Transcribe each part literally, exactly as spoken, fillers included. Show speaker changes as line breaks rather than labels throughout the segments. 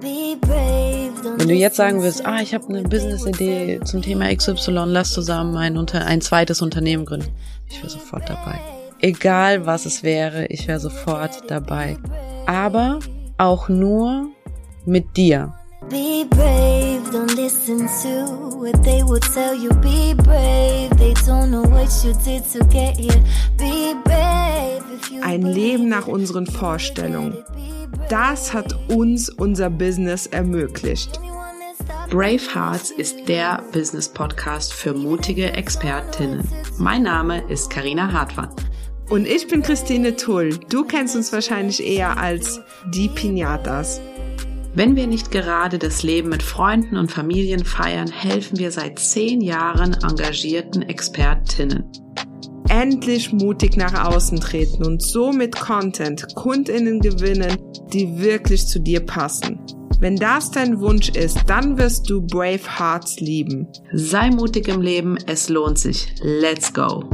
Wenn du jetzt sagen willst, ah, ich habe eine Business-Idee zum Thema X Y, lass zusammen ein, Unter- ein zweites Unternehmen gründen. Ich wäre sofort dabei. Egal, was es wäre, ich wäre sofort dabei. Aber auch nur mit dir.
Be brave, don't listen to what they will tell you. Be brave, they don't know what you did to get here. Be brave if you
Ein Leben nach unseren Vorstellungen. Das hat uns unser Business ermöglicht.
Brave Hearts ist der Business-Podcast für mutige Expertinnen. Mein Name ist Carina Hartmann.
Und ich bin Christine Tull. Du kennst uns wahrscheinlich eher als die Pinatas.
Wenn wir nicht gerade das Leben mit Freunden und Familien feiern, helfen wir seit zehn Jahren engagierten Expertinnen.
Endlich mutig nach außen treten und so mit Content KundInnen gewinnen, die wirklich zu dir passen. Wenn das dein Wunsch ist, dann wirst du Brave Hearts lieben.
Sei mutig im Leben, es lohnt sich. Let's go!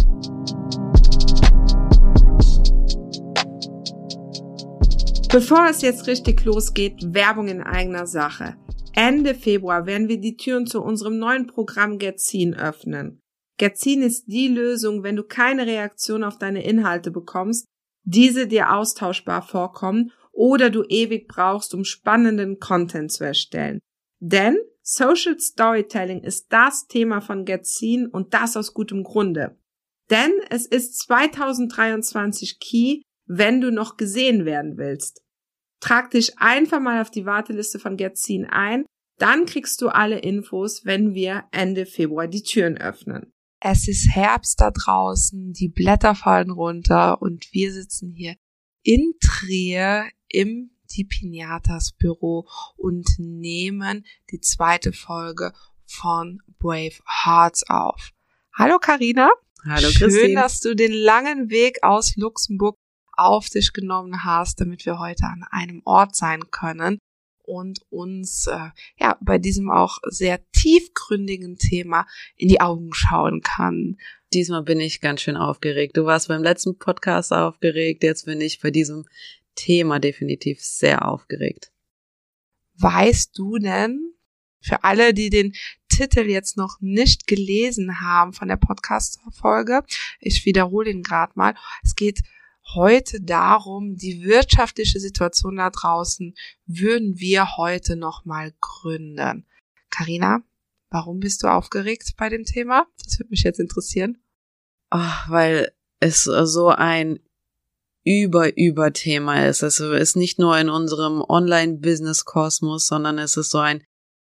Bevor es jetzt richtig losgeht, Werbung in eigener Sache. Ende Februar werden wir die Türen zu unserem neuen Programm Getzin öffnen. Getzin ist die Lösung, wenn du keine Reaktion auf deine Inhalte bekommst, diese dir austauschbar vorkommen oder du ewig brauchst, um spannenden Content zu erstellen. Denn Social Storytelling ist das Thema von Getzin und das aus gutem Grunde. Denn es ist zwanzig dreiundzwanzig Key, wenn du noch gesehen werden willst. Trag dich einfach mal auf die Warteliste von Getzin ein, dann kriegst du alle Infos, wenn wir Ende Februar die Türen öffnen.
Es ist Herbst da draußen, die Blätter fallen runter und wir sitzen hier in Trier im Die Pinatas Büro und nehmen die zweite Folge von Brave Hearts auf. Hallo Carina.
Hallo
Schön,
Christine.
dass du den langen Weg aus Luxemburg auf dich genommen hast, damit wir heute an einem Ort sein können und uns äh, ja bei diesem auch sehr tiefgründigen Thema in die Augen schauen kann.
Diesmal bin ich ganz schön aufgeregt. Du warst beim letzten Podcast aufgeregt, jetzt bin ich bei diesem Thema definitiv sehr aufgeregt.
Weißt du denn, für alle, die den Titel jetzt noch nicht gelesen haben von der Podcast-Folge, ich wiederhole ihn gerade mal, es geht heute darum, die wirtschaftliche Situation da draußen würden wir heute nochmal gründen. Carina, warum bist du aufgeregt bei dem Thema? Das würde mich jetzt interessieren.
Ach, weil es so ein Über-Über-Thema ist. Es ist nicht nur in unserem Online-Business-Kosmos, sondern es ist so ein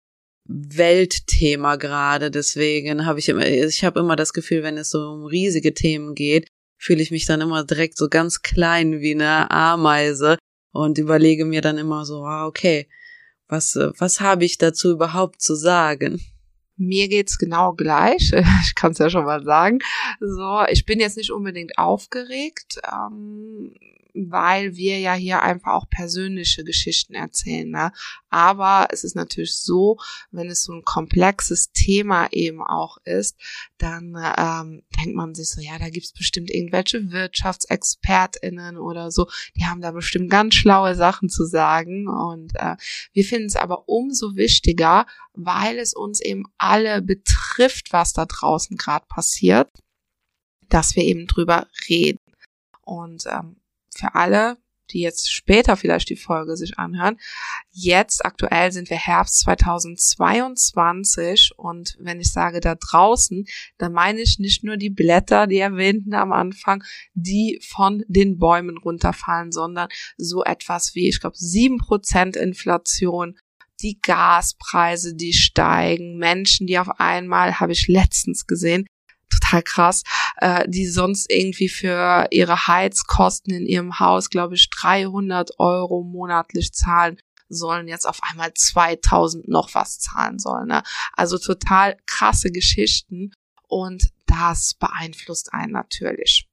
Weltthema gerade. Deswegen habe ich immer, ich habe immer das Gefühl, wenn es so um riesige Themen geht, fühle ich mich dann immer direkt so ganz klein wie eine Ameise und überlege mir dann immer so, ah, okay, was was habe ich dazu überhaupt zu sagen?
Mir geht's genau gleich, ich kann es ja schon mal sagen. So, ich bin jetzt nicht unbedingt aufgeregt, ähm, weil wir ja hier einfach auch persönliche Geschichten erzählen, ne? Aber es ist natürlich so, wenn es so ein komplexes Thema eben auch ist, dann ähm, denkt man sich so, ja, da gibt's bestimmt irgendwelche WirtschaftsexpertInnen oder so, die haben da bestimmt ganz schlaue Sachen zu sagen und äh, wir finden es aber umso wichtiger, weil es uns eben alle betrifft, was da draußen gerade passiert, dass wir eben drüber reden. Und ähm, für alle, die jetzt später vielleicht die Folge sich anhören, jetzt aktuell sind wir Herbst zweitausendzweiundzwanzig und wenn ich sage da draußen, dann meine ich nicht nur die Blätter, die erwähnten am Anfang, die von den Bäumen runterfallen, sondern so etwas wie, ich glaube, sieben Prozent Inflation, die Gaspreise, die steigen, Menschen, die auf einmal, habe ich letztens gesehen, total krass, äh, die sonst irgendwie für ihre Heizkosten in ihrem Haus, glaube ich, dreihundert Euro monatlich zahlen sollen, jetzt auf einmal zweitausend noch was zahlen sollen. Ne? Also total krasse Geschichten und das beeinflusst einen natürlich.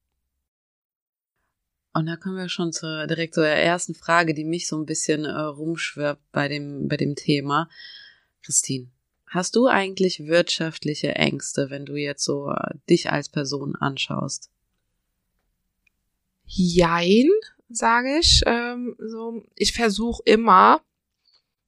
Und da kommen wir schon zur, direkt zur ersten Frage, die mich so ein bisschen äh, rumschwirrt bei dem, bei dem Thema. Christine, hast du eigentlich wirtschaftliche Ängste, wenn du jetzt so äh, dich als Person anschaust?
Jein, sage ich. Ähm, so, ich versuche immer,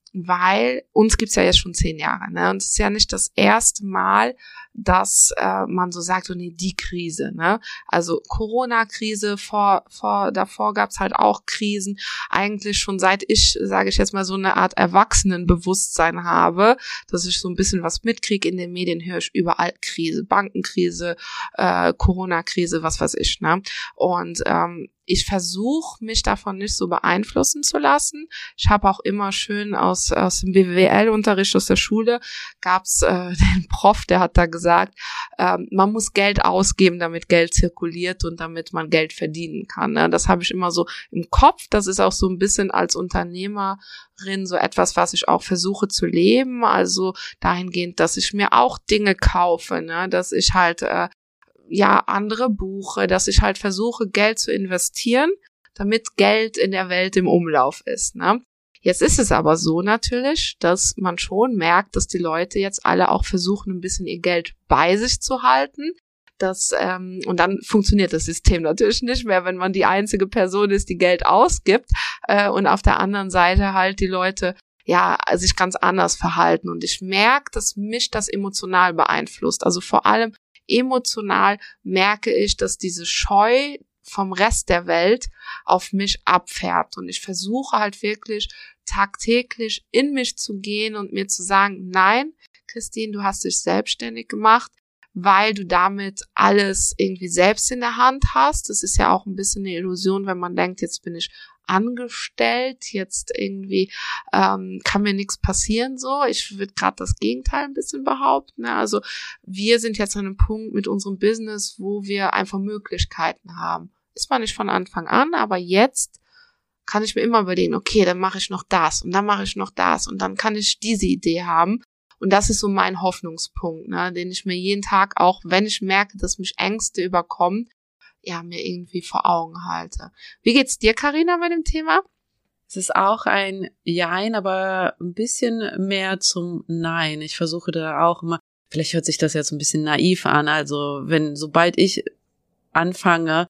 weil uns gibt's ja jetzt schon zehn Jahre, ne? Und es ist ja nicht das erste Mal, dass äh, man so sagt, oh nee, die Krise, ne? Also Corona-Krise, vor, vor, davor gab's halt auch Krisen. Eigentlich schon seit ich, sage ich jetzt mal, so eine Art Erwachsenenbewusstsein habe, dass ich so ein bisschen was mitkriege in den Medien, höre ich überall Krise, Bankenkrise, äh, Corona-Krise, was weiß ich, ne? Und ähm, ich versuche, mich davon nicht so beeinflussen zu lassen. Ich habe auch immer schön aus aus dem B W L-Unterricht aus der Schule, gab's äh, den Prof, der hat da gesagt, ähm, man muss Geld ausgeben, damit Geld zirkuliert und damit man Geld verdienen kann. Ne? Das habe ich immer so im Kopf. Das ist auch so ein bisschen als Unternehmerin so etwas, was ich auch versuche zu leben. Also dahingehend, dass ich mir auch Dinge kaufe, ne? Dass ich halt äh, ja andere buche, dass ich halt versuche, Geld zu investieren, damit Geld in der Welt im Umlauf ist, ne? Jetzt ist es aber so natürlich, dass man schon merkt, dass die Leute jetzt alle auch versuchen, ein bisschen ihr Geld bei sich zu halten. Das, ähm, und dann funktioniert das System natürlich nicht mehr, wenn man die einzige Person ist, die Geld ausgibt, äh, und auf der anderen Seite halt die Leute ja sich ganz anders verhalten. Und ich merke, dass mich das emotional beeinflusst. Also vor allem emotional merke ich, dass diese Scheu vom Rest der Welt auf mich abfärbt. Und ich versuche halt wirklich tagtäglich in mich zu gehen und mir zu sagen, nein, Christine, du hast dich selbstständig gemacht, weil du damit alles irgendwie selbst in der Hand hast. Das ist ja auch ein bisschen eine Illusion, wenn man denkt, jetzt bin ich angestellt, jetzt irgendwie ähm, kann mir nichts passieren so. Ich würde gerade das Gegenteil ein bisschen behaupten. Ne? Also wir sind jetzt an einem Punkt mit unserem Business, wo wir einfach Möglichkeiten haben. Ist man nicht von Anfang an, aber jetzt kann ich mir immer überlegen, okay, dann mache ich noch das und dann mache ich noch das und dann kann ich diese Idee haben. Und das ist so mein Hoffnungspunkt, ne, den ich mir jeden Tag, auch wenn ich merke, dass mich Ängste überkommen, ja, mir irgendwie vor Augen halte. Wie geht's dir, Carina, bei dem Thema?
Es ist auch ein Jein, aber ein bisschen mehr zum Nein. Ich versuche da auch immer, vielleicht hört sich das jetzt ein bisschen naiv an, also wenn, sobald ich anfange,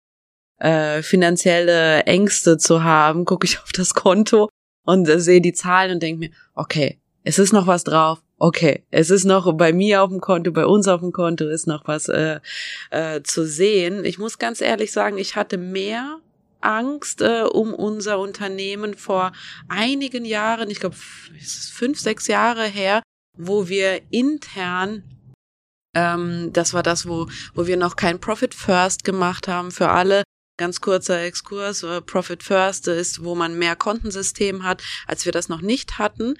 äh, finanzielle Ängste zu haben, gucke ich auf das Konto und äh, sehe die Zahlen und denke mir, okay, es ist noch was drauf. Okay, es ist noch bei mir auf dem Konto, bei uns auf dem Konto ist noch was äh, äh, zu sehen. Ich muss ganz ehrlich sagen, ich hatte mehr Angst äh, um unser Unternehmen vor einigen Jahren, ich glaube, es ist fünf, sechs Jahre her, wo wir intern, ähm, das war das, wo wo wir noch kein Profit First gemacht haben für alle. Ganz kurzer Exkurs, Profit First ist, wo man mehr Kontensystem hat, als wir das noch nicht hatten.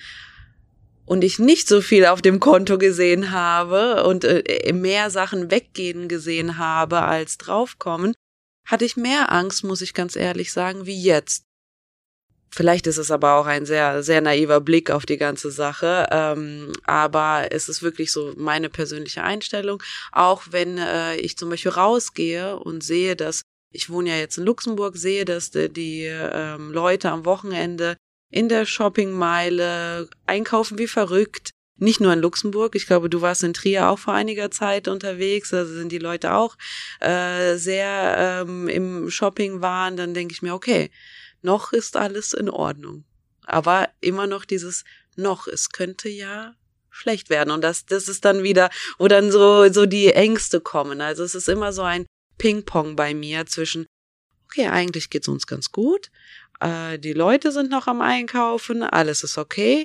Und ich nicht so viel auf dem Konto gesehen habe und äh, mehr Sachen weggehen gesehen habe als draufkommen, hatte ich mehr Angst, muss ich ganz ehrlich sagen, wie jetzt. Vielleicht ist es aber auch ein sehr, sehr naiver Blick auf die ganze Sache, ähm, aber es ist wirklich so meine persönliche Einstellung. Auch wenn äh, ich zum Beispiel rausgehe und sehe, dass, ich wohne ja jetzt in Luxemburg, sehe, dass die, die ähm, Leute am Wochenende in der Shoppingmeile einkaufen wie verrückt. Nicht nur in Luxemburg, ich glaube, du warst in Trier auch vor einiger Zeit unterwegs, also sind die Leute auch äh, sehr ähm, im Shoppingwahn. Dann denke ich mir, okay, noch ist alles in Ordnung. Aber immer noch dieses noch, es könnte ja schlecht werden. Und das das ist dann wieder, wo dann so so die Ängste kommen. Also es ist immer so ein Ping-Pong bei mir zwischen, okay, eigentlich geht's uns ganz gut, die Leute sind noch am Einkaufen, alles ist okay,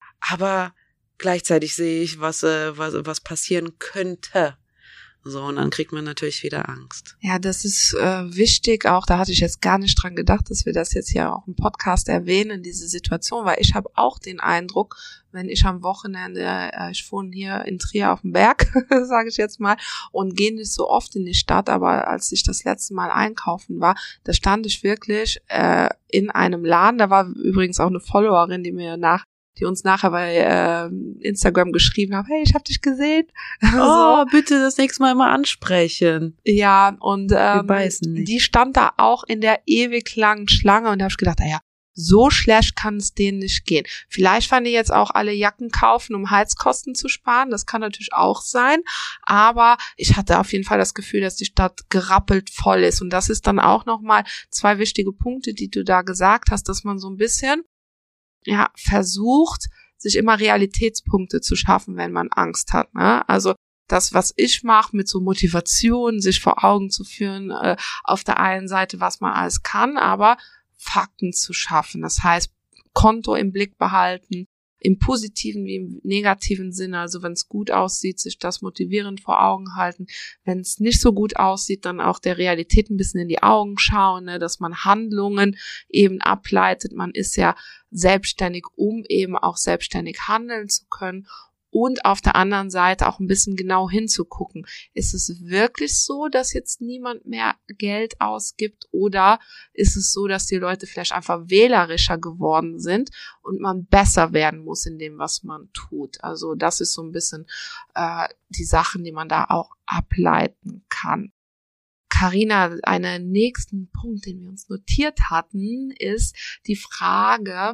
aber gleichzeitig sehe ich, was, was, was passieren könnte. So, und dann kriegt man natürlich wieder Angst.
Ja, das ist äh, wichtig auch, da hatte ich jetzt gar nicht dran gedacht, dass wir das jetzt ja auch im Podcast erwähnen, diese Situation, weil ich habe auch den Eindruck, wenn ich am Wochenende, äh, ich wohne hier in Trier auf dem Berg, sage ich jetzt mal, und gehe nicht so oft in die Stadt, aber als ich das letzte Mal einkaufen war, da stand ich wirklich äh, in einem Laden, da war übrigens auch eine Followerin, die mir nach die uns nachher bei äh, Instagram geschrieben haben, hey, ich hab dich gesehen.
Oh, so. Bitte das nächste Mal mal ansprechen.
Ja, und ähm, die stand da auch in der ewig langen Schlange und da habe ich gedacht, naja, so schlecht kann es denen nicht gehen. Vielleicht wollen die jetzt auch alle Jacken kaufen, um Heizkosten zu sparen. Das kann natürlich auch sein. Aber ich hatte auf jeden Fall das Gefühl, dass die Stadt gerappelt voll ist. Und das ist dann auch nochmal zwei wichtige Punkte, die du da gesagt hast, dass man so ein bisschen ja, versucht, sich immer Realitätspunkte zu schaffen, wenn man Angst hat, ne? Also das, was ich mache mit so Motivation, sich vor Augen zu führen, äh, auf der einen Seite, was man alles kann, aber Fakten zu schaffen. Das heißt, Konto im Blick behalten, im positiven wie im negativen Sinne. Also wenn es gut aussieht, sich das motivierend vor Augen halten. Wenn es nicht so gut aussieht, dann auch der Realität ein bisschen in die Augen schauen, ne, dass man Handlungen eben ableitet. Man ist ja selbstständig, um eben auch selbstständig handeln zu können. Und auf der anderen Seite auch ein bisschen genau hinzugucken. Ist es wirklich so, dass jetzt niemand mehr Geld ausgibt, oder ist es so, dass die Leute vielleicht einfach wählerischer geworden sind und man besser werden muss in dem, was man tut? Also das ist so ein bisschen äh, die Sachen, die man da auch ableiten kann. Carina, einen nächsten Punkt, den wir uns notiert hatten, ist die Frage,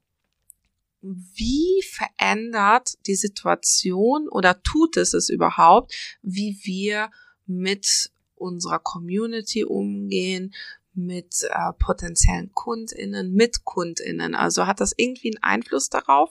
wie verändert die Situation oder tut es es überhaupt, wie wir mit unserer Community umgehen, mit äh, potenziellen KundInnen, mit KundInnen? Also hat das irgendwie einen Einfluss darauf?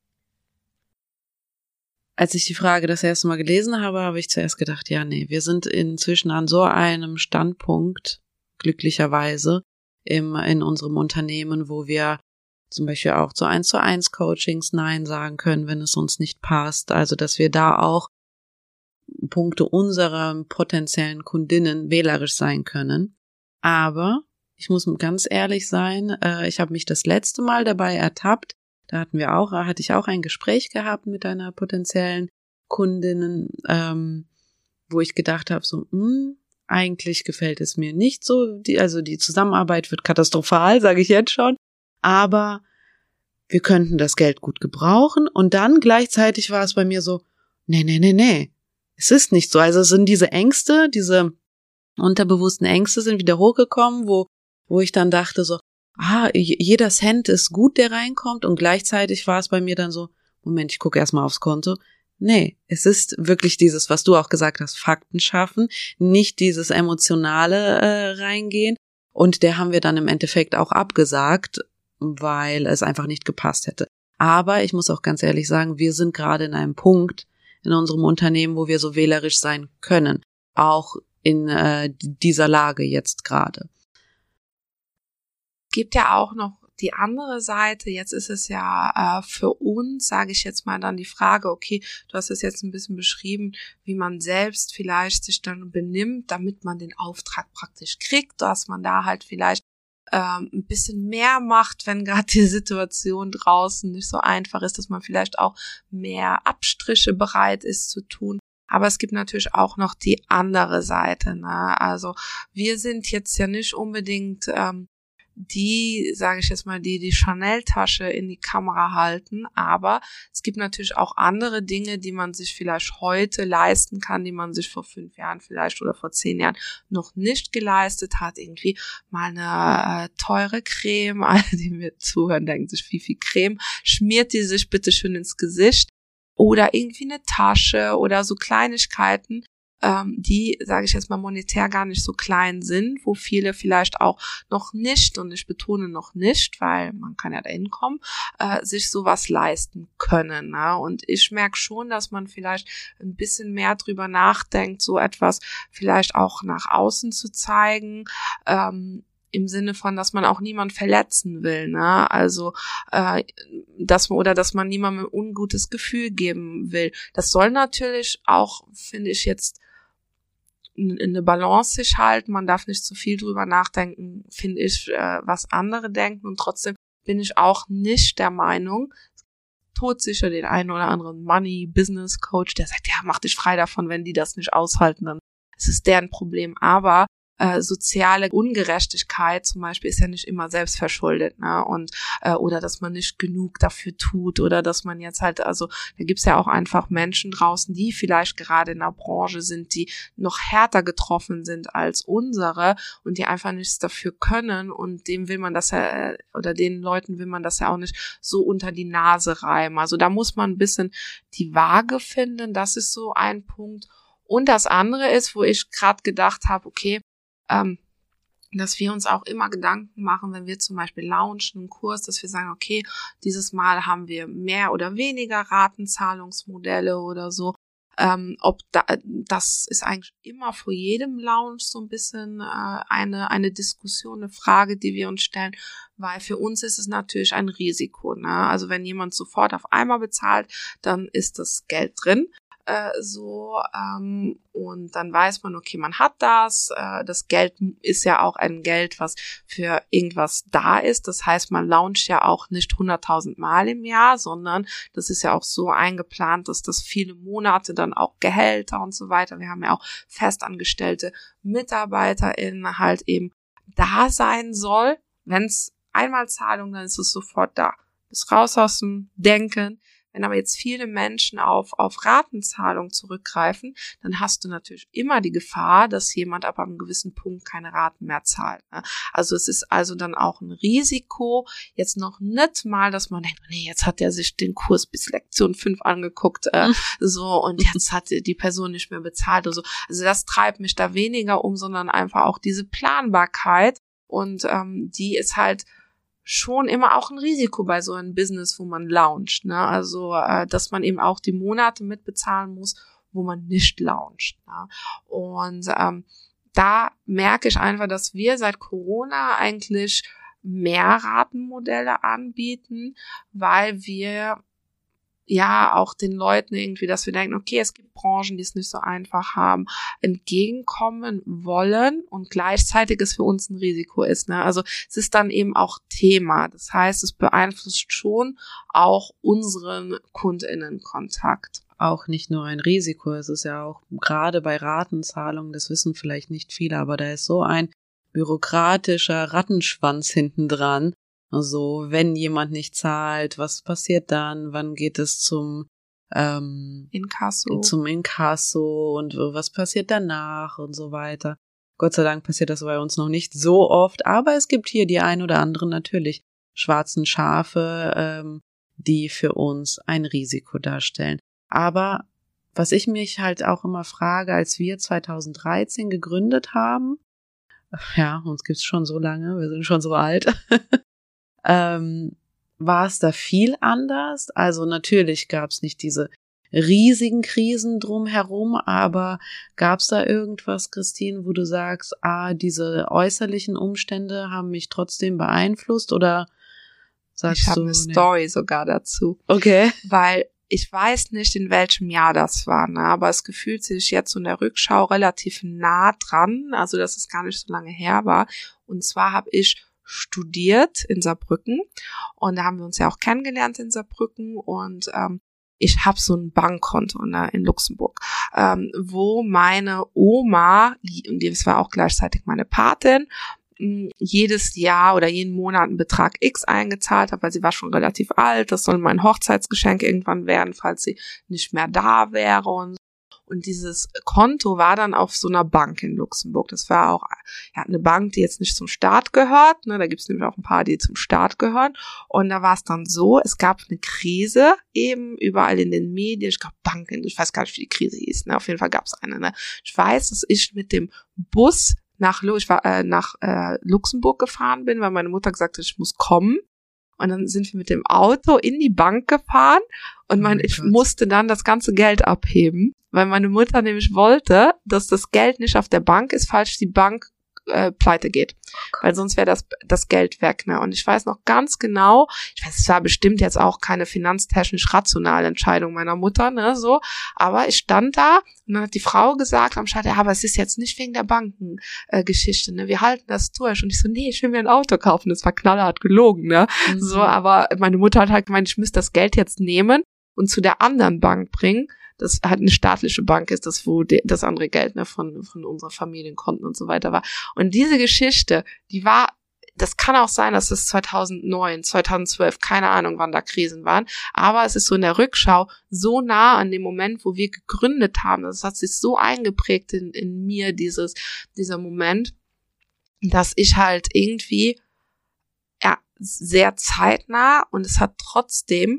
Als ich die Frage das erste Mal gelesen habe, habe ich zuerst gedacht, ja, nee, wir sind inzwischen an so einem Standpunkt, glücklicherweise, im, in unserem Unternehmen, wo wir zum Beispiel auch zu eins zu eins Coachings Nein sagen können, wenn es uns nicht passt. Also, dass wir da auch Punkte unserer potenziellen Kundinnen wählerisch sein können. Aber ich muss ganz ehrlich sein, äh, ich habe mich das letzte Mal dabei ertappt. Da hatten wir auch, hatte ich auch ein Gespräch gehabt mit einer potenziellen Kundinnen, ähm, wo ich gedacht habe, so, mh, eigentlich gefällt es mir nicht so. Die, also die Zusammenarbeit wird katastrophal, sage ich jetzt schon. Aber wir könnten das Geld gut gebrauchen. Und dann gleichzeitig war es bei mir so, nee, nee, nee, nee, es ist nicht so. Also es sind diese Ängste, diese unterbewussten Ängste sind wieder hochgekommen, wo wo ich dann dachte so, ah, jeder Cent ist gut, der reinkommt. Und gleichzeitig war es bei mir dann so, Moment, ich gucke erstmal aufs Konto. Nee, es ist wirklich dieses, was du auch gesagt hast, Fakten schaffen, nicht dieses emotionale äh, reingehen. Und der haben wir dann im Endeffekt auch abgesagt, weil es einfach nicht gepasst hätte. Aber ich muss auch ganz ehrlich sagen, wir sind gerade in einem Punkt in unserem Unternehmen, wo wir so wählerisch sein können. Auch in äh, dieser Lage jetzt gerade.
Es gibt ja auch noch die andere Seite. Jetzt ist es ja äh, für uns, sage ich jetzt mal dann die Frage, okay, du hast es jetzt ein bisschen beschrieben, wie man selbst vielleicht sich dann benimmt, damit man den Auftrag praktisch kriegt, dass man da halt vielleicht ähm, ein bisschen mehr macht, wenn gerade die Situation draußen nicht so einfach ist, dass man vielleicht auch mehr Abstriche bereit ist zu tun. Aber es gibt natürlich auch noch die andere Seite, ne? Also wir sind jetzt ja nicht unbedingt ähm, die, sage ich jetzt mal, die die Chanel-Tasche in die Kamera halten, aber es gibt natürlich auch andere Dinge, die man sich vielleicht heute leisten kann, die man sich vor fünf Jahren vielleicht oder vor zehn Jahren noch nicht geleistet hat. Irgendwie mal eine äh, teure Creme, alle, die mir zuhören, denken sich, wie viel Creme schmiert die sich bitte schön ins Gesicht, oder irgendwie eine Tasche oder so Kleinigkeiten, ähm, die, sage ich jetzt mal, monetär gar nicht so klein sind, wo viele vielleicht auch noch nicht, und ich betone noch nicht, weil man kann ja dahin kommen, äh, sich sowas leisten können. Ne? Und ich merke schon, dass man vielleicht ein bisschen mehr drüber nachdenkt, so etwas vielleicht auch nach außen zu zeigen, ähm, im Sinne von, dass man auch niemand verletzen will, ne? Also, äh, dass man, oder dass man niemandem ein ungutes Gefühl geben will. Das soll natürlich auch, finde ich, jetzt in eine Balance sich halten. Man darf nicht zu viel drüber nachdenken, finde ich, äh, was andere denken. Und trotzdem bin ich auch nicht der Meinung, todsicher den einen oder anderen Money-Business-Coach, der sagt, ja, mach dich frei davon, wenn die das nicht aushalten, dann ist es deren Problem. Aber Äh, soziale Ungerechtigkeit zum Beispiel ist ja nicht immer selbstverschuldet, ne? Und äh, oder dass man nicht genug dafür tut, oder dass man jetzt halt, also da gibt's ja auch einfach Menschen draußen, die vielleicht gerade in einer Branche sind, die noch härter getroffen sind als unsere und die einfach nichts dafür können, und dem will man das ja, oder den Leuten will man das ja auch nicht so unter die Nase reiben. Also da muss man ein bisschen die Waage finden, das ist so ein Punkt. Und das andere ist, wo ich gerade gedacht habe, okay, Ähm, dass wir uns auch immer Gedanken machen, wenn wir zum Beispiel launchen einen Kurs, dass wir sagen, okay, dieses Mal haben wir mehr oder weniger Ratenzahlungsmodelle oder so. Ähm, ob da, das ist eigentlich immer vor jedem Launch so ein bisschen äh, eine eine Diskussion, eine Frage, die wir uns stellen, weil für uns ist es natürlich ein Risiko, ne? Also wenn jemand sofort auf einmal bezahlt, dann ist das Geld drin. Äh, so ähm, und dann weiß man, okay, man hat das, äh, das Geld ist ja auch ein Geld, was für irgendwas da ist, das heißt, man launcht ja auch nicht hunderttausend Mal im Jahr, sondern das ist ja auch so eingeplant, dass das viele Monate dann auch Gehälter und so weiter, wir haben ja auch festangestellte MitarbeiterInnen halt eben da sein soll, wenn es Einmalzahlung, dann ist es sofort da, bis raus aus dem Denken. Wenn aber jetzt viele Menschen auf, auf Ratenzahlung zurückgreifen, dann hast du natürlich immer die Gefahr, dass jemand ab einem gewissen Punkt keine Raten mehr zahlt. Ne? Also es ist also dann auch ein Risiko, jetzt noch nicht mal, dass man denkt, nee, jetzt hat er sich den Kurs bis Lektion fünf angeguckt, äh, so, und jetzt hat die Person nicht mehr bezahlt oder so. Also das treibt mich da weniger um, sondern einfach auch diese Planbarkeit, und ähm, die ist halt schon immer auch ein Risiko bei so einem Business, wo man launcht, ne? Also, äh, dass man eben auch die Monate mitbezahlen muss, wo man nicht launcht, ne? Und ähm, da merke ich einfach, dass wir seit Corona eigentlich mehr Ratenmodelle anbieten, weil wir ja auch den Leuten irgendwie, dass wir denken, okay, es gibt Branchen, die es nicht so einfach haben, entgegenkommen wollen und gleichzeitig es für uns ein Risiko ist, ne? Also es ist dann eben auch Thema. Das heißt, es beeinflusst schon auch unseren KundInnenkontakt.
Auch nicht nur ein Risiko, es ist ja auch gerade bei Ratenzahlungen, das wissen vielleicht nicht viele, aber da ist so ein bürokratischer Rattenschwanz hinten dran. Also wenn jemand nicht zahlt, was passiert dann? Wann geht es zum ähm,
Inkasso?
Zum Inkasso und was passiert danach und so weiter. Gott sei Dank passiert das bei uns noch nicht so oft, aber es gibt hier die ein oder anderen natürlich schwarzen Schafe, ähm, die für uns ein Risiko darstellen. Aber was ich mich halt auch immer frage, als wir zweitausenddreizehn gegründet haben, ja, uns gibt's schon so lange, wir sind schon so alt, ähm, war es da viel anders? Also natürlich gab's nicht diese riesigen Krisen drumherum, aber gab's da irgendwas, Christine, wo du sagst, ah, diese äußerlichen Umstände haben mich trotzdem beeinflusst, oder sagst
ich
du?
Ich habe eine
nee.
Story sogar dazu.
Okay.
Weil ich weiß nicht, in welchem Jahr das war, ne? Aber es gefühlt sich jetzt so in der Rückschau relativ nah dran, also dass es gar nicht so lange her war. Und zwar habe ich studiert in Saarbrücken und da haben wir uns ja auch kennengelernt in Saarbrücken, und ähm, ich habe so ein Bankkonto, ne, in Luxemburg, ähm, wo meine Oma, und das war auch gleichzeitig meine Patin, jedes Jahr oder jeden Monat einen Betrag X eingezahlt hat, weil sie war schon relativ alt, das soll mein Hochzeitsgeschenk irgendwann werden, falls sie nicht mehr da wäre, und Und dieses Konto war dann auf so einer Bank in Luxemburg. Das war auch ja, eine Bank, die jetzt nicht zum Staat gehört. Ne? Da gibt es nämlich auch ein paar, die zum Staat gehören. Und da war es dann so, es gab eine Krise eben überall in den Medien. Ich glaube Banken, ich weiß gar nicht, wie die Krise hieß. Ne? Auf jeden Fall gab es eine. Ne? Ich weiß, dass ich mit dem Bus nach, ich war, äh, nach äh, Luxemburg gefahren bin, weil meine Mutter gesagt hat, ich muss kommen. Und dann sind wir mit dem Auto in die Bank gefahren und mein, ich musste dann das ganze Geld abheben, weil meine Mutter nämlich wollte, dass das Geld nicht auf der Bank ist, falls die Bank äh, pleite geht. Oh, weil sonst wäre das das Geld weg. Ne? Und ich weiß noch ganz genau, ich weiß, es war bestimmt jetzt auch keine finanztechnisch rationale Entscheidung meiner Mutter, ne, so, aber ich stand da und dann hat die Frau gesagt am Schalter, ja, aber es ist jetzt nicht wegen der Bankengeschichte, äh, ne, wir halten das durch. Und ich so, nee, ich will mir ein Auto kaufen. Das war knallhart gelogen, ne, mhm. so, aber meine Mutter hat halt gemeint, ich müsste das Geld jetzt nehmen und zu der anderen Bank bringen, das halt eine staatliche Bank ist, das wo de, das andere Geld, ne, von von unserer Familienkonten und so weiter war. Und diese Geschichte, die war, das kann auch sein, dass es zweitausendneun, zweitausendzwölf, keine Ahnung, wann da Krisen waren, aber es ist so in der Rückschau so nah an dem Moment, wo wir gegründet haben, das hat sich so eingeprägt in in mir, dieses dieser Moment, dass ich halt irgendwie ja sehr zeitnah, und es hat trotzdem,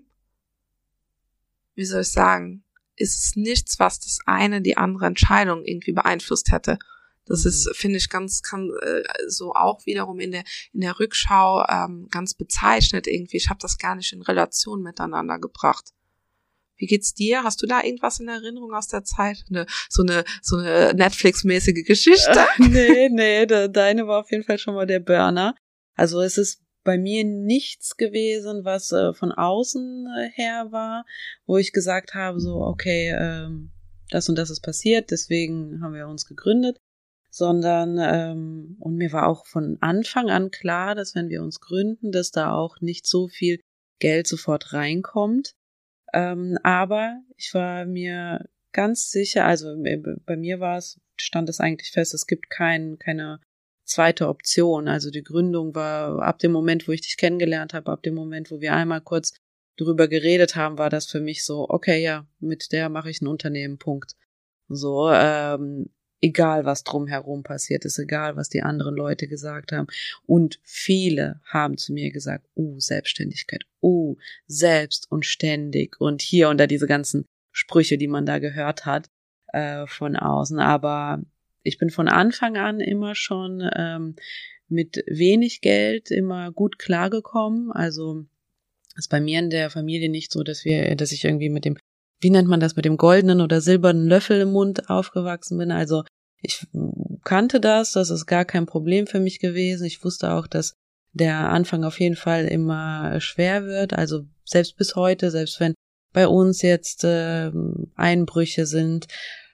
wie soll ich sagen, ist es nichts, was das eine die andere Entscheidung irgendwie beeinflusst hätte. Das ist, finde ich, ganz, kann äh, so auch wiederum in der in der Rückschau ähm, ganz bezeichnet irgendwie. Ich habe das gar nicht in Relation miteinander gebracht. Wie geht's dir? Hast du da irgendwas in Erinnerung aus der Zeit? Eine, so eine so eine Netflix-mäßige Geschichte?
Äh, nee, nee, de, deine war auf jeden Fall schon mal der Burner. Also es ist bei mir nichts gewesen, was äh, von außen äh, her war, wo ich gesagt habe, so okay, ähm, das und das ist passiert, deswegen haben wir uns gegründet, sondern ähm, und mir war auch von Anfang an klar, dass wenn wir uns gründen, dass da auch nicht so viel Geld sofort reinkommt. Ähm, aber ich war mir ganz sicher, also bei mir war es, stand es eigentlich fest, es gibt kein, keine zweite Option. Also die Gründung war ab dem Moment, wo ich dich kennengelernt habe, ab dem Moment, wo wir einmal kurz drüber geredet haben, war das für mich so, okay, ja, mit der mache ich ein Unternehmen, Punkt. So, ähm, egal was drumherum passiert ist, egal was die anderen Leute gesagt haben. Und viele haben zu mir gesagt, uh, Selbstständigkeit, uh, selbst und ständig und hier und da diese ganzen Sprüche, die man da gehört hat äh, von außen. Aber ich bin von Anfang an immer schon ähm, mit wenig Geld immer gut klargekommen. Also ist bei mir in der Familie nicht so, dass wir, dass ich irgendwie mit dem, wie nennt man das, mit dem goldenen oder silbernen Löffel im Mund aufgewachsen bin. Also ich kannte das, das ist gar kein Problem für mich gewesen. Ich wusste auch, dass der Anfang auf jeden Fall immer schwer wird. Also selbst bis heute, selbst wenn bei uns jetzt äh, Einbrüche sind,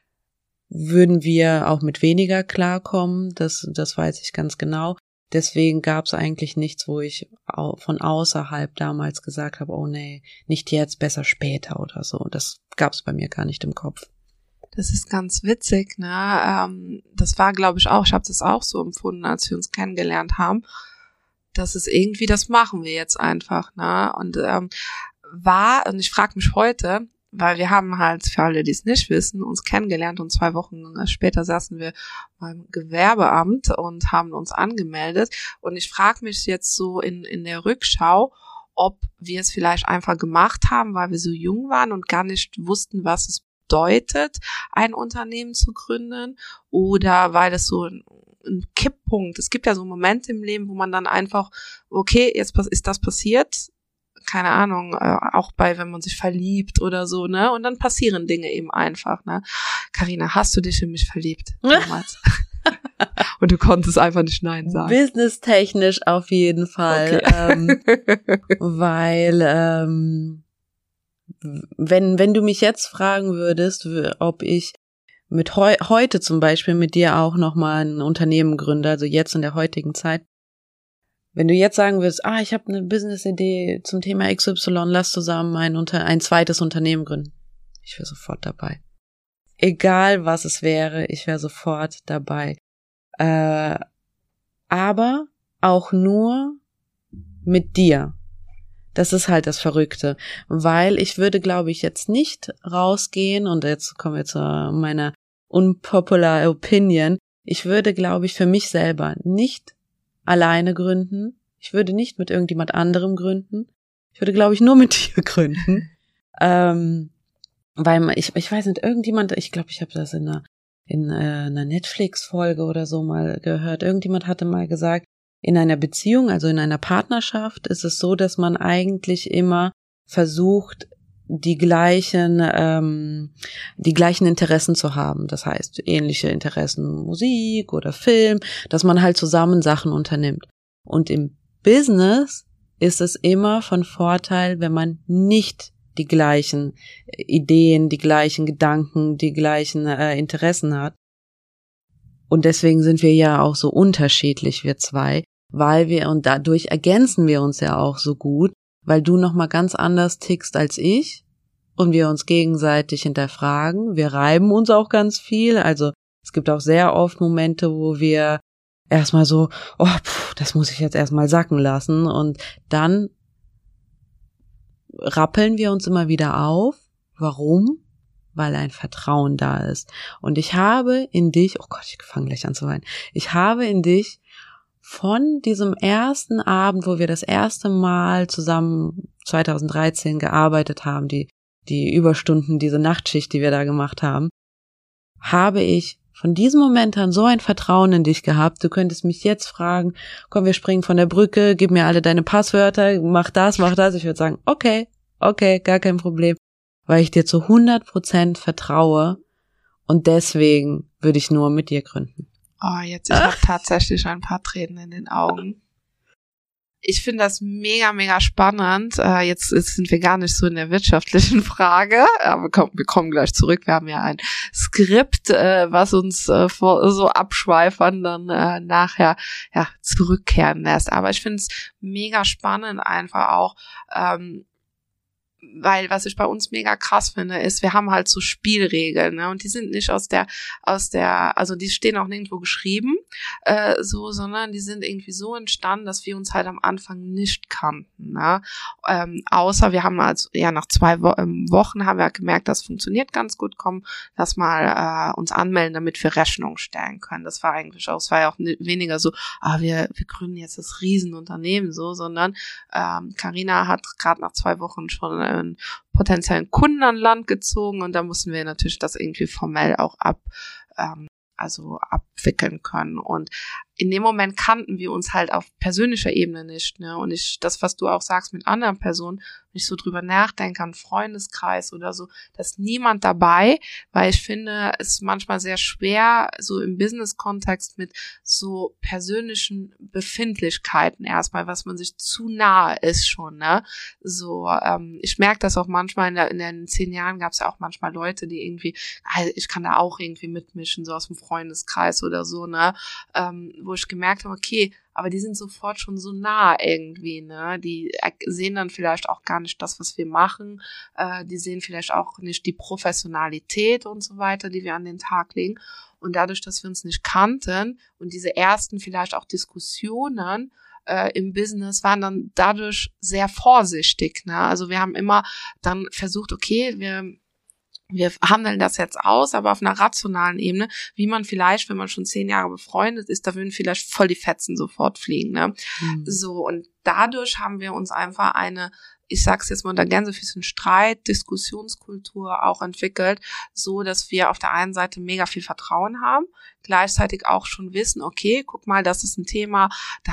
würden wir auch mit weniger klarkommen. Das, das weiß ich ganz genau. Deswegen gab es eigentlich nichts, wo ich von außerhalb damals gesagt habe, oh nee, nicht jetzt, besser später oder so. Das gab es bei mir gar nicht im Kopf.
Das ist ganz witzig, ne? Ähm, das war, glaube ich, auch, ich habe das auch so empfunden, als wir uns kennengelernt haben. Das ist irgendwie, das machen wir jetzt einfach, ne? Und ähm, war, und ich frage mich heute, weil wir haben halt, für alle, die es nicht wissen, uns kennengelernt und zwei Wochen später saßen wir beim Gewerbeamt und haben uns angemeldet. Und ich frage mich jetzt so in in der Rückschau, ob wir es vielleicht einfach gemacht haben, weil wir so jung waren und gar nicht wussten, was es bedeutet, ein Unternehmen zu gründen, oder weil es so ein, ein Kipppunkt, es gibt ja so Momente im Leben, wo man dann einfach, okay, jetzt ist das passiert, keine Ahnung, äh, auch bei, wenn man sich verliebt oder so, ne? Und dann passieren Dinge eben einfach, ne? Carina, hast du dich in mich verliebt damals? Und du konntest einfach nicht Nein sagen.
Businesstechnisch auf jeden Fall.
Okay.
Ähm, weil, ähm, wenn, wenn du mich jetzt fragen würdest, ob ich mit heu- heute zum Beispiel mit dir auch nochmal ein Unternehmen gründe, also jetzt in der heutigen Zeit, wenn du jetzt sagen würdest, ah, ich habe eine Business-Idee zum Thema X Y, lass zusammen ein, Unter- ein zweites Unternehmen gründen. Ich wäre sofort dabei. Egal, was es wäre, ich wäre sofort dabei. Äh, aber auch nur mit dir. Das ist halt das Verrückte. Weil ich würde, glaube ich, jetzt nicht rausgehen, und jetzt kommen wir zu meiner unpopular Opinion, ich würde, glaube ich, für mich selber nicht alleine gründen. Ich würde nicht mit irgendjemand anderem gründen. Ich würde, glaube ich, nur mit dir gründen. ähm, weil ich, ich weiß nicht, irgendjemand, ich glaube, ich habe das in einer, in äh, einer Netflix-Folge oder so mal gehört. Irgendjemand hatte mal gesagt, in einer Beziehung, also in einer Partnerschaft, ist es so, dass man eigentlich immer versucht, die gleichen, ähm, die gleichen Interessen zu haben. Das heißt, ähnliche Interessen, Musik oder Film, dass man halt zusammen Sachen unternimmt. Und im Business ist es immer von Vorteil, wenn man nicht die gleichen Ideen, die gleichen Gedanken, die gleichen äh, Interessen hat. Und deswegen sind wir ja auch so unterschiedlich, wir zwei, weil wir, und dadurch ergänzen wir uns ja auch so gut, weil du nochmal ganz anders tickst als ich und wir uns gegenseitig hinterfragen. Wir reiben uns auch ganz viel, also es gibt auch sehr oft Momente, wo wir erstmal so, oh, pff, das muss ich jetzt erstmal sacken lassen, und dann rappeln wir uns immer wieder auf. Warum? Weil ein Vertrauen da ist. Und ich habe in dich, oh Gott, ich fange gleich an zu weinen, ich habe in dich von diesem ersten Abend, wo wir das erste Mal zusammen zwanzig dreizehn gearbeitet haben, die die Überstunden, diese Nachtschicht, die wir da gemacht haben, habe ich von diesem Moment an so ein Vertrauen in dich gehabt. Du könntest mich jetzt fragen, komm, wir springen von der Brücke, gib mir alle deine Passwörter, mach das, mach das. Ich würde sagen, okay, okay, gar kein Problem, weil ich dir zu hundert Prozent vertraue und deswegen würde ich nur mit dir gründen.
Oh, jetzt, ich habe tatsächlich ein paar Tränen in den Augen. Ich finde das mega, mega spannend. Äh, jetzt, jetzt sind wir gar nicht so in der wirtschaftlichen Frage, aber komm, wir kommen gleich zurück. Wir haben ja ein Skript, äh, was uns äh, vor, so abschweifern dann äh, nachher ja zurückkehren lässt. Aber ich finde es mega spannend einfach auch, ähm, weil was ich bei uns mega krass finde, ist, wir haben halt so Spielregeln, ne, und die sind nicht aus der, aus der, also die stehen auch nirgendwo geschrieben, äh, so, sondern die sind irgendwie so entstanden, dass wir uns halt am Anfang nicht kannten, ne, ähm, außer wir haben also, ja, nach zwei Wo- ähm, Wochen haben wir gemerkt, das funktioniert ganz gut, komm, lass mal äh, uns anmelden, damit wir Rechnung stellen können. Das war eigentlich auch, es war ja auch ne, weniger so, ah, wir, wir gründen jetzt das Riesenunternehmen, so, sondern ähm, Carina hat gerade nach zwei Wochen schon äh, einen potenziellen Kunden an Land gezogen und da mussten wir natürlich das irgendwie formell auch ab, ähm, also abwickeln können. Und in dem Moment kannten wir uns halt auf persönlicher Ebene nicht, ne? Und ich, das, was du auch sagst mit anderen Personen, wenn ich so drüber nachdenke, an Freundeskreis oder so, da ist niemand dabei, weil ich finde, es ist manchmal sehr schwer, so im Business-Kontext mit so persönlichen Befindlichkeiten erstmal, was man sich zu nahe ist schon, ne? So, ähm, ich merke das auch manchmal, in, der, in den zehn Jahren gab es ja auch manchmal Leute, die irgendwie, also ich kann da auch irgendwie mitmischen, so aus dem Freundeskreis oder so, ne? Ähm, wo ich gemerkt habe, okay, aber die sind sofort schon so nah irgendwie, ne? Die sehen dann vielleicht auch gar nicht das, was wir machen. Äh, die sehen vielleicht auch nicht die Professionalität und so weiter, die wir an den Tag legen. Und dadurch, dass wir uns nicht kannten und diese ersten vielleicht auch Diskussionen äh, im Business waren dann dadurch sehr vorsichtig, ne? Also wir haben immer dann versucht, okay, wir wir handeln das jetzt aus, aber auf einer rationalen Ebene, wie man vielleicht, wenn man schon zehn Jahre befreundet ist, da würden vielleicht voll die Fetzen sofort fliegen, ne? Mhm. So, und dadurch haben wir uns einfach eine, ich sag's jetzt mal unter Gänsefüßchen, Streit, Diskussionskultur auch entwickelt, so dass wir auf der einen Seite mega viel Vertrauen haben, gleichzeitig auch schon wissen, okay, guck mal, das ist ein Thema,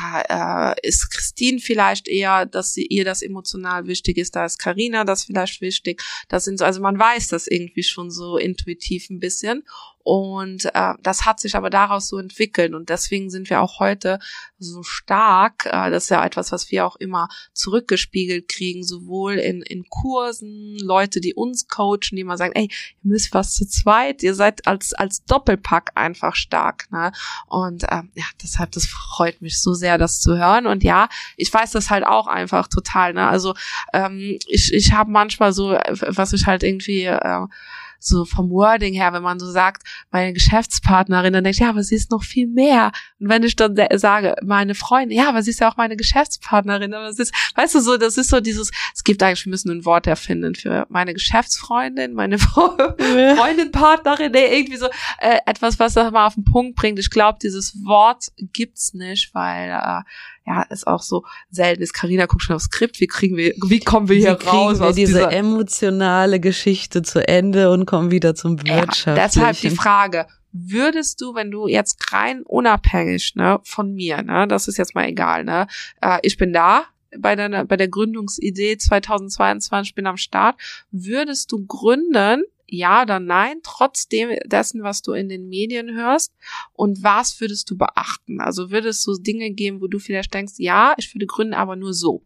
da äh, ist Christine vielleicht eher, dass sie, ihr das emotional wichtig ist, da ist Carina das vielleicht wichtig, das sind so, also man weiß das irgendwie schon so intuitiv ein bisschen und äh, das hat sich aber daraus so entwickelt und deswegen sind wir auch heute so stark, äh, das ist ja etwas, was wir auch immer zurückgespiegelt kriegen, sowohl in in Kursen, Leute, die uns coachen, die immer sagen, ey, ihr müsst was zu zweit, ihr seid als als Doppelpack einfach stark, ne? Und ähm, ja, deshalb, das freut mich so sehr, das zu hören. Und ja, ich weiß das halt auch einfach total, ne? Also ähm, ich ich habe manchmal so, was ich halt irgendwie äh, so vom Wording her, wenn man so sagt, meine Geschäftspartnerin, dann denke ich, ja, aber sie ist noch viel mehr. Und wenn ich dann sage, meine Freundin, ja, aber sie ist ja auch meine Geschäftspartnerin, aber es ist, weißt du, so, das ist so dieses, es gibt eigentlich, wir müssen ein Wort erfinden für meine Geschäftsfreundin, meine Freundin, Partnerin, nee, irgendwie so, äh, etwas, was das mal auf den Punkt bringt. Ich glaube, dieses Wort gibt's nicht, weil, äh, ja, ist auch so selten ist. Carina guckt schon aufs Skript, wie kriegen wir, wie kommen wir hier
wie
raus
kriegen wir
aus
diese
dieser
emotionale Geschichte zu Ende und kommen wieder zum Wirtschaftlichen.
Ja, deshalb die Frage, würdest du, wenn du jetzt rein unabhängig, ne, von mir, ne, das ist jetzt mal egal, ne, äh, ich bin da bei der, bei der Gründungsidee zweitausendzweiundzwanzig, bin am Start, würdest du gründen, ja oder nein, trotzdem dessen, was du in den Medien hörst, und was würdest du beachten? Also würdest du Dinge geben, wo du vielleicht denkst, ja, ich würde gründen, aber nur so?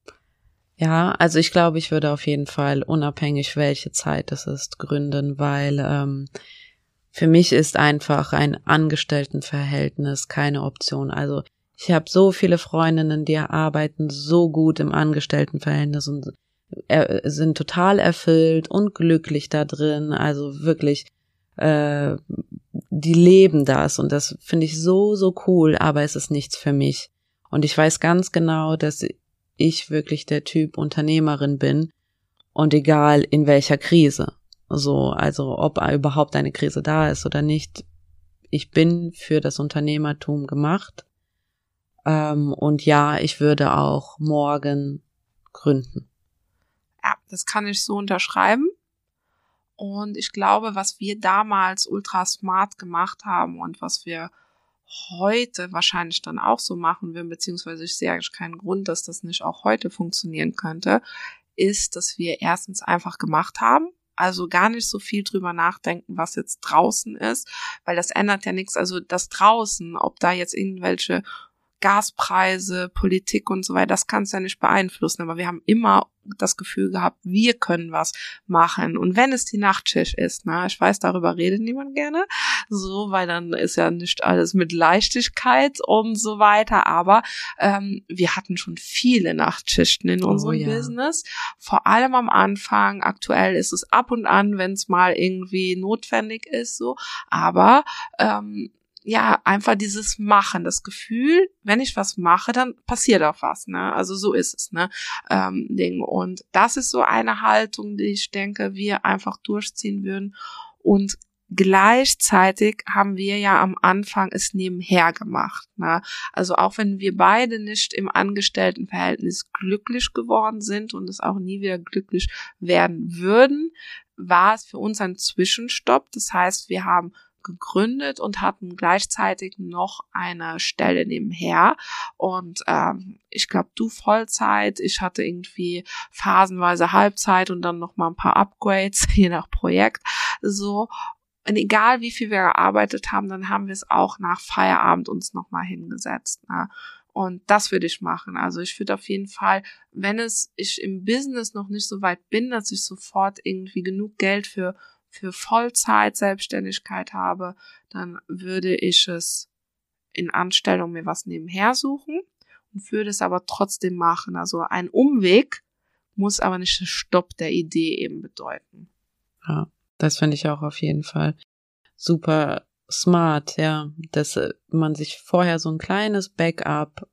Ja, also ich glaube, ich würde auf jeden Fall, unabhängig welche Zeit es ist, gründen, weil ähm, für mich ist einfach ein Angestelltenverhältnis keine Option. Also ich habe so viele Freundinnen, die arbeiten so gut im Angestelltenverhältnis und er, sind total erfüllt und glücklich da drin. Also wirklich, äh, die leben das und das finde ich so, so cool, aber es ist nichts für mich. Und ich weiß ganz genau, dass ich wirklich der Typ Unternehmerin bin und egal in welcher Krise. So, also ob überhaupt eine Krise da ist oder nicht, ich bin für das Unternehmertum gemacht. Ähm, und ja, ich würde auch morgen gründen.
Ja, das kann ich so unterschreiben. Und ich glaube, was wir damals ultra smart gemacht haben und was wir heute wahrscheinlich dann auch so machen würden, beziehungsweise ich sehe eigentlich keinen Grund, dass das nicht auch heute funktionieren könnte, ist, dass wir erstens einfach gemacht haben. Also gar nicht so viel drüber nachdenken, was jetzt draußen ist, weil das ändert ja nichts. Also das draußen, ob da jetzt irgendwelche Gaspreise, Politik und so weiter, das kannst du ja nicht beeinflussen. Aber wir haben immer das Gefühl gehabt, wir können was machen. Und wenn es die Nachtschicht ist, ne, ich weiß, darüber redet niemand gerne, so, weil dann ist ja nicht alles mit Leichtigkeit und so weiter. Aber ähm, wir hatten schon viele Nachtschichten in unserem
oh, ja.
Business. Vor allem am Anfang. Aktuell ist es ab und an, wenn es mal irgendwie notwendig ist, so. Aber ähm, ja, einfach dieses Machen, das Gefühl, wenn ich was mache, dann passiert auch was, ne? Also so ist es, ne? Ähm, Ding. Und das ist so eine Haltung, die ich denke, wir einfach durchziehen würden. Und gleichzeitig haben wir ja am Anfang es nebenher gemacht, ne? Also auch wenn wir beide nicht im Angestelltenverhältnis glücklich geworden sind und es auch nie wieder glücklich werden würden, war es für uns ein Zwischenstopp. Das heißt, wir haben gegründet und hatten gleichzeitig noch eine Stelle nebenher und ähm, ich glaube, du Vollzeit, ich hatte irgendwie phasenweise Halbzeit und dann noch mal ein paar Upgrades, je nach Projekt, so. Und egal wie viel wir gearbeitet haben, dann haben wir es auch nach Feierabend uns noch mal hingesetzt, ne? Und das würde ich machen. Also ich würde auf jeden Fall, wenn es ich im Business noch nicht so weit bin, dass ich sofort irgendwie genug Geld für für Vollzeit-Selbstständigkeit habe, dann würde ich es in Anstellung mir was nebenher suchen und würde es aber trotzdem machen. Also ein Umweg muss aber nicht der Stopp der Idee eben bedeuten.
Ja, das finde ich auch auf jeden Fall super smart, ja, dass man sich vorher so ein kleines Backup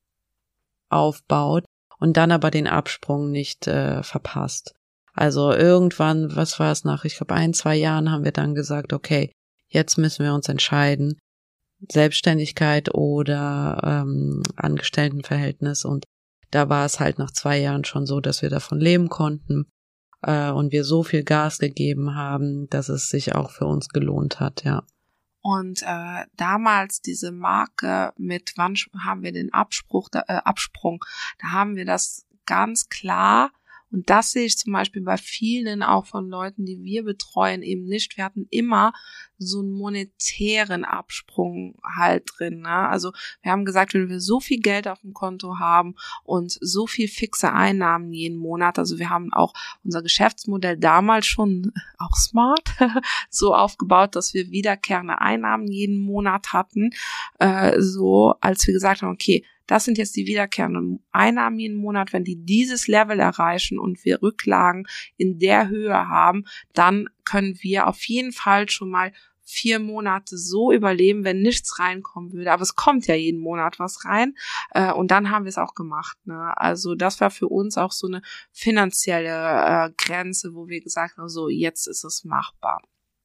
aufbaut und dann aber den Absprung nicht äh, verpasst. Also irgendwann, was war es nach, ich glaube ein, zwei Jahren haben wir dann gesagt, okay, jetzt müssen wir uns entscheiden, Selbstständigkeit oder ähm, Angestelltenverhältnis. Und da war es halt nach zwei Jahren schon so, dass wir davon leben konnten äh, und wir so viel Gas gegeben haben, dass es sich auch für uns gelohnt hat, ja.
Und äh, damals diese Marke mit, wann haben wir den Abspruch, äh, Absprung, da haben wir das ganz klar. Und das sehe ich zum Beispiel bei vielen auch von Leuten, die wir betreuen, eben nicht. Wir hatten immer so einen monetären Absprung halt drin, ne? Also wir haben gesagt, wenn wir so viel Geld auf dem Konto haben und so viel fixe Einnahmen jeden Monat, also wir haben auch unser Geschäftsmodell damals schon, auch smart, so aufgebaut, dass wir wiederkehrende Einnahmen jeden Monat hatten, äh, so als wir gesagt haben, okay, das sind jetzt die wiederkehrenden Einnahmen jeden Monat. Wenn die dieses Level erreichen und wir Rücklagen in der Höhe haben, dann können wir auf jeden Fall schon mal vier Monate so überleben, wenn nichts reinkommen würde. Aber es kommt ja jeden Monat was rein. Und dann haben wir es auch gemacht, ne? Also das war für uns auch so eine finanzielle äh, Grenze, wo wir gesagt haben, so jetzt ist es machbar.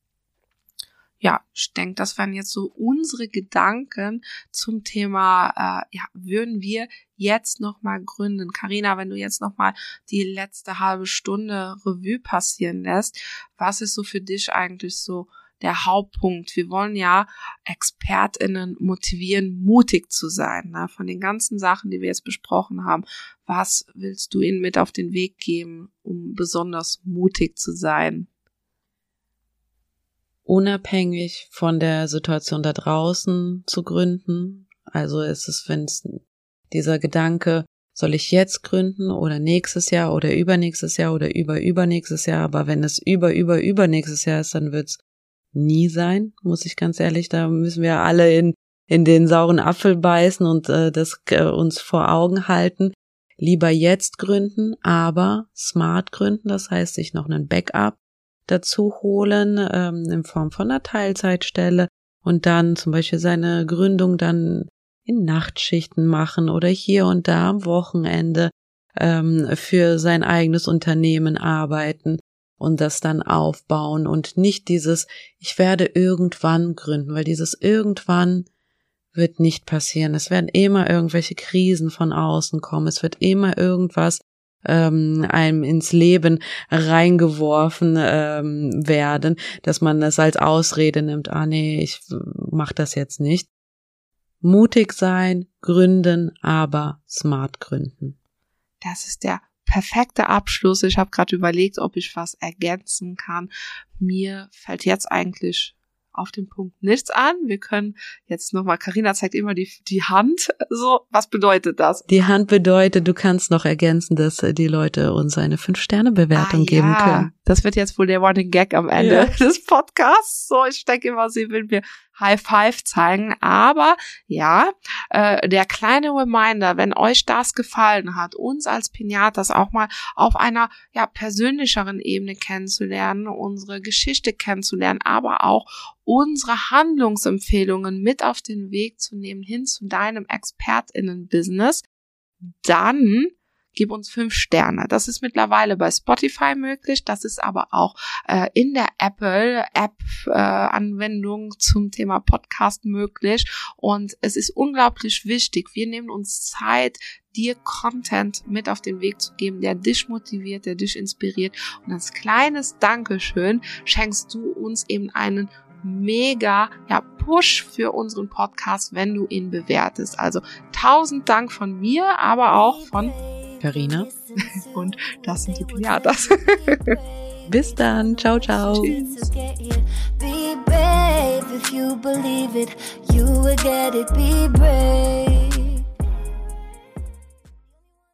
Ja, ich denke, das waren jetzt so unsere Gedanken zum Thema, äh, ja, würden wir jetzt nochmal gründen? Carina, wenn du jetzt nochmal die letzte halbe Stunde Revue passieren lässt, was ist so für dich eigentlich so der Hauptpunkt? Wir wollen ja ExpertInnen motivieren, mutig zu sein, ne? Von den ganzen Sachen, die wir jetzt besprochen haben, was willst du ihnen mit auf den Weg geben, um besonders mutig zu sein?
Unabhängig von der Situation da draußen zu gründen. Also ist es, wenn es dieser Gedanke, soll ich jetzt gründen oder nächstes Jahr oder übernächstes Jahr oder über übernächstes Jahr, aber wenn es über über übernächstes Jahr ist, dann wird es nie sein, muss ich ganz ehrlich, da müssen wir alle in in den sauren Apfel beißen und äh, das äh, uns vor Augen halten. Lieber jetzt gründen, aber smart gründen, das heißt sich noch einen Backup dazu holen, ähm, in Form von einer Teilzeitstelle und dann zum Beispiel seine Gründung dann in Nachtschichten machen oder hier und da am Wochenende ähm, für sein eigenes Unternehmen arbeiten und das dann aufbauen und nicht dieses, ich werde irgendwann gründen, weil dieses irgendwann wird nicht passieren. Es werden immer irgendwelche Krisen von außen kommen, es wird immer irgendwas ähm, einem ins Leben reingeworfen ähm, werden, dass man das als Ausrede nimmt, ah nee, ich mach das jetzt nicht. Mutig sein, gründen, aber smart gründen.
Das ist der perfekte Abschluss. Ich habe gerade überlegt, ob ich was ergänzen kann. Mir fällt jetzt eigentlich auf den Punkt nichts an. Wir können jetzt nochmal, Carina zeigt immer die, die Hand. So, was bedeutet das?
Die Hand bedeutet, du kannst noch ergänzen, dass die Leute uns eine fünf-Sterne-Bewertung
ah,
geben
ja.
können.
Das wird jetzt wohl der Running Gag am Ende ja. des Podcasts. So, ich denke immer, sie will mir High Five zeigen. Aber ja, äh, der kleine Reminder, wenn euch das gefallen hat, uns als Pinatas auch mal auf einer ja persönlicheren Ebene kennenzulernen, unsere Geschichte kennenzulernen, aber auch unsere Handlungsempfehlungen mit auf den Weg zu nehmen hin zu deinem ExpertInnen-Business, dann gib uns fünf Sterne. Das ist mittlerweile bei Spotify möglich. Das ist aber auch äh, in der Apple-App-Anwendung äh, zum Thema Podcast möglich. Und es ist unglaublich wichtig. Wir nehmen uns Zeit, dir Content mit auf den Weg zu geben, der dich motiviert, der dich inspiriert. Und als kleines Dankeschön schenkst du uns eben einen mega ja, Push für unseren Podcast, wenn du ihn bewertest. Also tausend Dank von mir, aber auch von
Carina.
Und das sind die Pinatas.
Bis dann. Ciao, ciao.
Tschüss.
Be brave if you believe it, you will get it. Be brave.